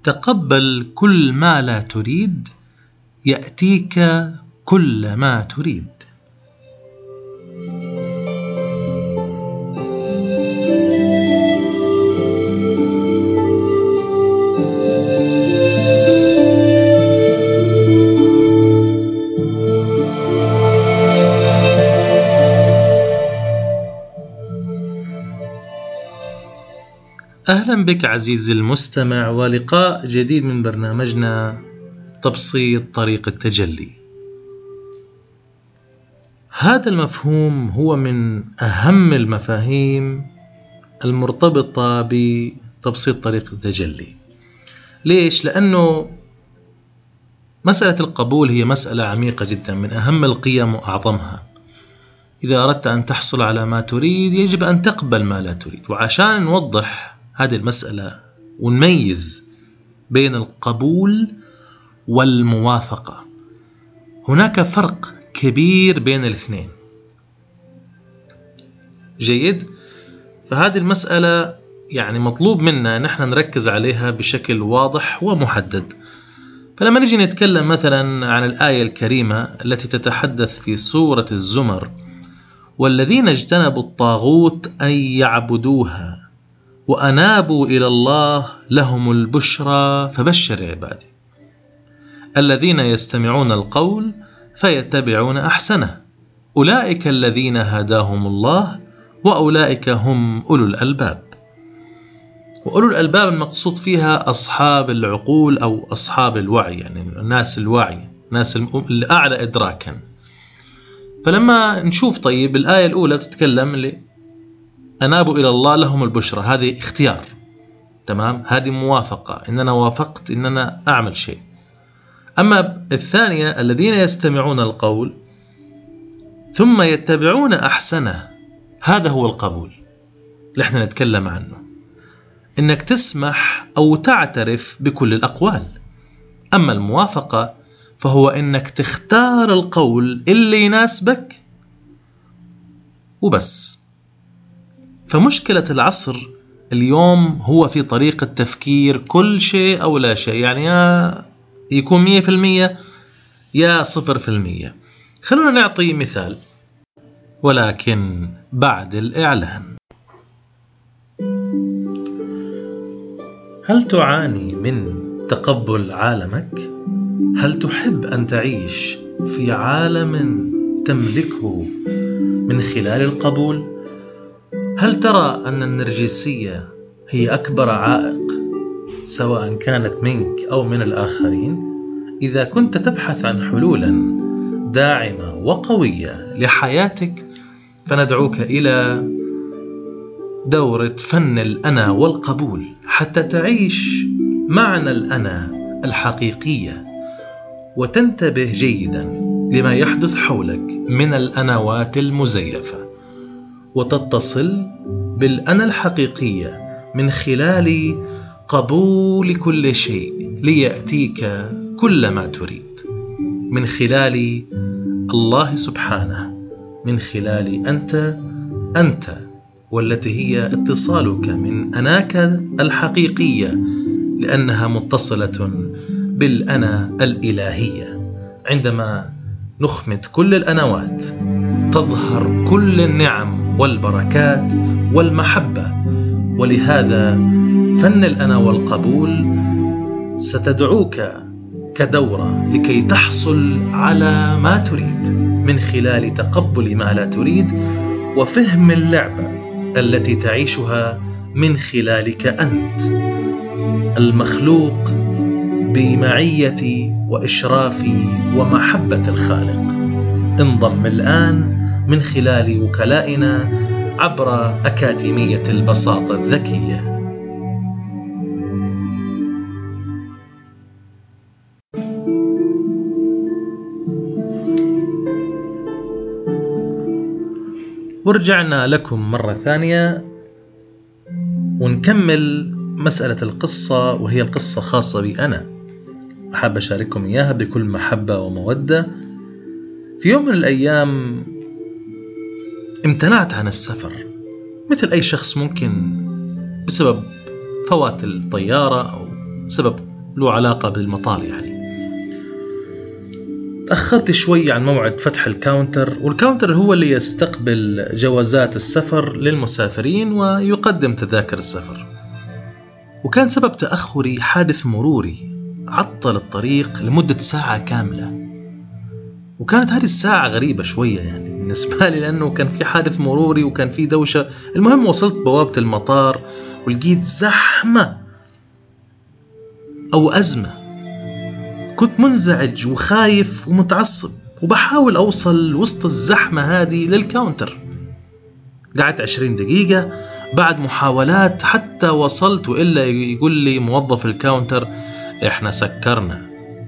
تقبل كل ما لا تريد يأتيك كل ما تريد. أهلا بك عزيزي المستمع، ولقاء جديد من برنامجنا تبسيط طريق التجلي. هذا المفهوم هو من أهم المفاهيم المرتبطة بتبسيط طريق التجلي. ليش؟ لأنه مسألة القبول هي مسألة عميقة جدا، من أهم القيم وأعظمها. إذا أردت أن تحصل على ما تريد يجب أن تقبل ما لا تريد. وعشان نوضح هذه المسألة ونميز بين القبول والموافقة، هناك فرق كبير بين الاثنين. جيد؟ فهذه المسألة مطلوب منا نحن نركز عليها بشكل واضح ومحدد. فلما نجي نتكلم مثلا عن الآية الكريمة التي تتحدث في سورة الزمر: والذين اجتنبوا الطاغوت أن يعبدوها وأنابوا إلى الله لهم البشرى فبشر عبادي الذين يستمعون القول فيتبعون أحسنه أولئك الذين هداهم الله وأولئك هم أولو الألباب. وأولو الألباب المقصود فيها أصحاب العقول أو أصحاب الوعي، الناس الواعي، الناس الأعلى إدراكا. فلما نشوف طيب الآية الأولى تتكلم أنابوا إلى الله لهم البشرى، هذه اختيار، تمام، هذه موافقة، إن أنا وافقت إن أنا أعمل شيء. أما الثانية الذين يستمعون القول ثم يتبعون أحسنه، هذا هو القبول اللي احنا نتكلم عنه، إنك تسمح أو تعترف بكل الأقوال. أما الموافقة فهو إنك تختار القول اللي يناسبك وبس. فمشكلة العصر اليوم هو في طريقة تفكير كل شيء أو لا شيء، يا يكون 100% يا 0%. خلونا نعطي مثال، ولكن بعد الإعلان. هل تعاني من تقبل عالمك؟ هل تحب أن تعيش في عالم تملكه من خلال القبول؟ هل ترى أن النرجسية هي أكبر عائق سواء كانت منك أو من الآخرين؟ إذا كنت تبحث عن حلولا داعمة وقوية لحياتك فندعوك إلى دورة فن الأنا والقبول، حتى تعيش معنى الأنا الحقيقية وتنتبه جيدا لما يحدث حولك من الأنوات المزيفة، وتتصل بالأنا الحقيقية من خلال قبول كل شيء ليأتيك كل ما تريد، من خلال الله سبحانه، من خلال أنت والتي هي اتصالك من أناك الحقيقية، لأنها متصلة بالأنا الإلهية. عندما نخمد كل الأنوات تظهر كل النعم والبركات والمحبة. ولهذا فن الأنا والقبول ستدعوك كدورة لكي تحصل على ما تريد من خلال تقبل ما لا تريد وفهم اللعبة التي تعيشها من خلالك أنت المخلوق بمعية وإشراف ومحبة الخالق. انضم الآن من خلال وكلائنا عبر أكاديمية البساطة الذكية. ورجعنا لكم مرة ثانية ونكمل مسألة القصة، وهي القصة خاصة بي أنا، أحب أشارككم إياها بكل محبة ومودة. في يوم من الأيام امتنعت عن السفر مثل أي شخص، ممكن بسبب فوات الطيارة أو بسبب له علاقة بالمطار يعني. تأخرت شوي عن موعد فتح الكاونتر، والكاونتر هو اللي يستقبل جوازات السفر للمسافرين ويقدم تذاكر السفر. وكان سبب تأخري حادث مروري عطل الطريق لمدة ساعة كاملة. وكانت هذه الساعة غريبة شوية يعني بالنسبة لي، لأنه كان في حادث مروري وكان في دوشة. المهم وصلت بوابة المطار ولقيت زحمة أو أزمة. كنت منزعج وخايف ومتعصب، وبحاول أوصل وسط الزحمة هذه للكاونتر. قعدت 20 دقيقة بعد محاولات حتى وصلت، وإلا يقول لي موظف الكاونتر إحنا سكرنا،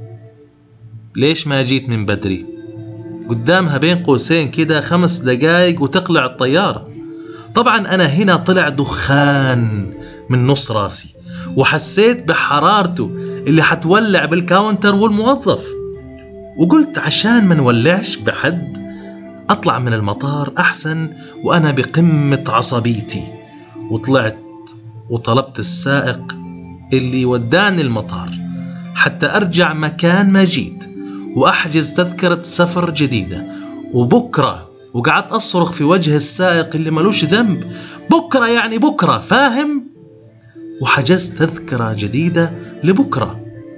ليش ما جيت من بدري؟ قدامها بين قوسين كده 5 دقايق وتقلع الطيارة. طبعا أنا هنا طلع دخان من نص راسي، وحسيت بحرارته اللي حتولع بالكاونتر والموظف. وقلت عشان ما نولعش بحد أطلع من المطار أحسن وأنا بقمة عصبيتي. وطلعت وطلبت السائق اللي وداني المطار حتى أرجع مكان ما جيت وأحجز تذكرة سفر جديدة وبكرة. وقعدت أصرخ في وجه السائق اللي ملوش ذنب، بكرة يعني بكرة، فاهم؟ وحجزت تذكرة جديدة لبكرة،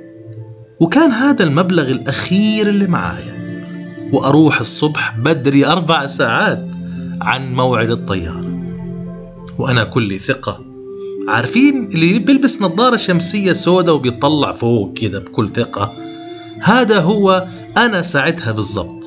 وكان هذا المبلغ الأخير اللي معايا، وأروح الصبح بدري 4 ساعات عن موعد الطيارة. وأنا كل ثقة، عارفين اللي بيلبس نظارة شمسية سودة وبيطلع فوق كده بكل ثقة، هذا هو أنا ساعتها بالضبط.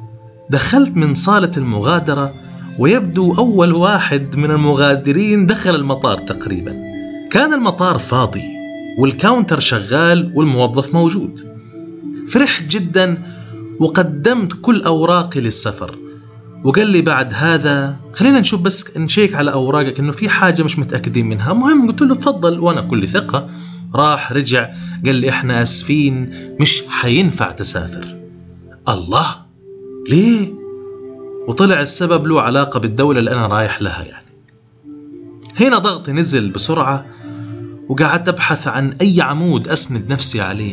دخلت من صالة المغادرة، ويبدو أول واحد من المغادرين دخل المطار تقريبا. كان المطار فاضي والكاونتر شغال والموظف موجود. فرحت جدا وقدمت كل أوراقي للسفر، وقال لي بعد هذا خلينا نشوف بس نشيك على أوراقك إنه في حاجة مش متأكدين منها. مهم قلت له تفضل، وأنا كل ثقة. راح رجع قال لي إحنا أسفين مش حينفع تسافر. الله، ليه؟ وطلع السبب له علاقة بالدولة اللي أنا رايح لها يعني. هنا ضغطي نزل بسرعة، وقعدت أبحث عن أي عمود أسند نفسي عليه،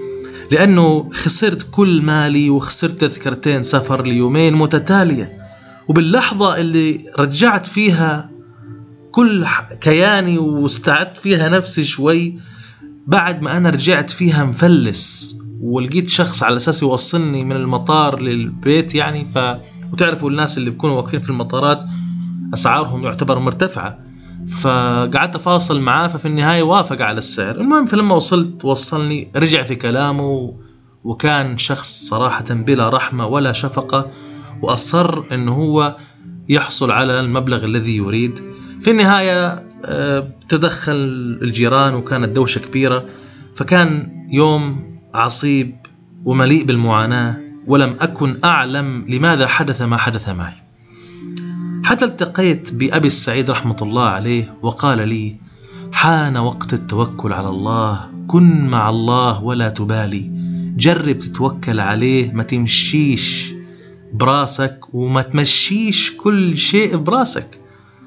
لأنه خسرت كل مالي وخسرت تذكرتين سفر ليومين متتالية. وباللحظة اللي رجعت فيها كل كياني واستعدت فيها نفسي شوي، بعد ما أنا رجعت فيها مفلس، ولقيت شخص على أساس يوصلني من المطار للبيت يعني. وتعرفوا الناس اللي بيكونوا واقفين في المطارات أسعارهم يعتبر مرتفعة، فقعدت أفاصل معاه، ففي النهاية وافق على السعر. المهم فلما وصلني رجع في كلامه، وكان شخص صراحة بلا رحمة ولا شفقة، وأصر أنه هو يحصل على المبلغ الذي يريد. في النهاية تدخل الجيران وكانت دوشة كبيرة، فكان يوم عصيب ومليء بالمعاناة، ولم أكن أعلم لماذا حدث ما حدث معي. حتى التقيت بأبي السعيد رحمة الله عليه وقال لي حان وقت التوكل على الله، كن مع الله ولا تبالي، جرب تتوكل عليه، ما تمشيش براسك وما تمشيش كل شيء براسك.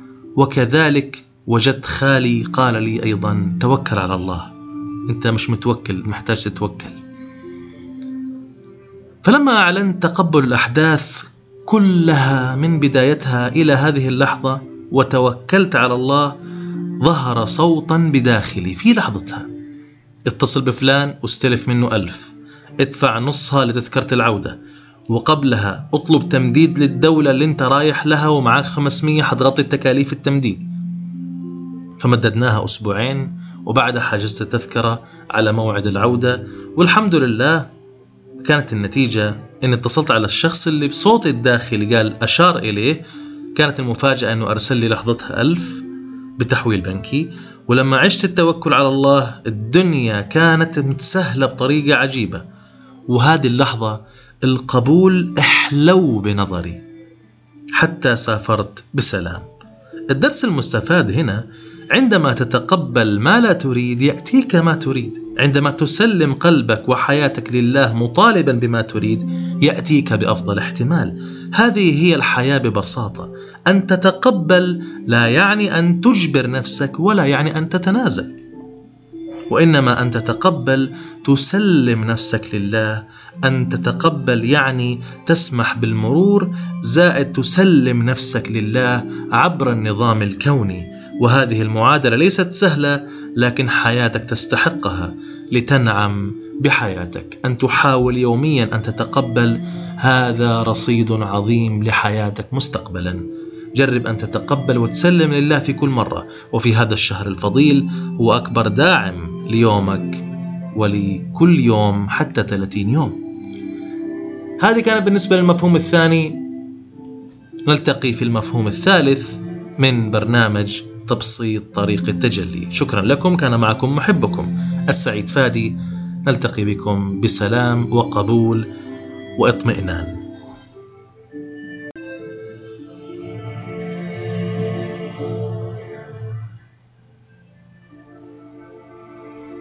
وكذلك وجدت خالي قال لي أيضا توكل على الله، أنت مش متوكل، محتاج تتوكل. فلما أعلنت تقبل الأحداث كلها من بدايتها إلى هذه اللحظة وتوكلت على الله، ظهر صوتا بداخلي في لحظتها: اتصل بفلان واستلف منه 1000، ادفع نصها لتذكرة العودة، وقبلها اطلب تمديد للدولة اللي انت رايح لها ومعاك 500 حتغطي التكاليف التمديد. فمددناها 2 أسبوع، وبعدها حجزت التذكرة على موعد العودة. والحمد لله كانت النتيجة إن اتصلت على الشخص اللي بصوت الداخلي قال أشار إليه. كانت المفاجأة أنه أرسل لي لحظتها 1000 بتحويل بنكي. ولما عشت التوكل على الله الدنيا كانت متسهلة بطريقة عجيبة، وهذه اللحظة القبول احلو بنظري حتى سافرت بسلام. الدرس المستفاد هنا: عندما تتقبل ما لا تريد يأتيك ما تريد. عندما تسلم قلبك وحياتك لله مطالبا بما تريد يأتيك بأفضل احتمال. هذه هي الحياة ببساطة. أن تتقبل لا يعني أن تجبر نفسك، ولا يعني أن تتنازل. وإنما أن تتقبل تسلم نفسك لله. أن تتقبل يعني تسمح بالمرور زائد تسلم نفسك لله عبر النظام الكوني. وهذه المعادلة ليست سهلة، لكن حياتك تستحقها لتنعم بحياتك. أن تحاول يوميا أن تتقبل، هذا رصيد عظيم لحياتك مستقبلا. جرب أن تتقبل وتسلم لله في كل مرة، وفي هذا الشهر الفضيل هو أكبر داعم ليومك ولكل يوم حتى 30 يوم. هذه كانت بالنسبة للمفهوم الثاني. نلتقي في المفهوم الثالث من برنامج تبسيط طريق التجلي. شكرا لكم، كان معكم محبكم السعيد فادي. نلتقي بكم بسلام وقبول واطمئنان.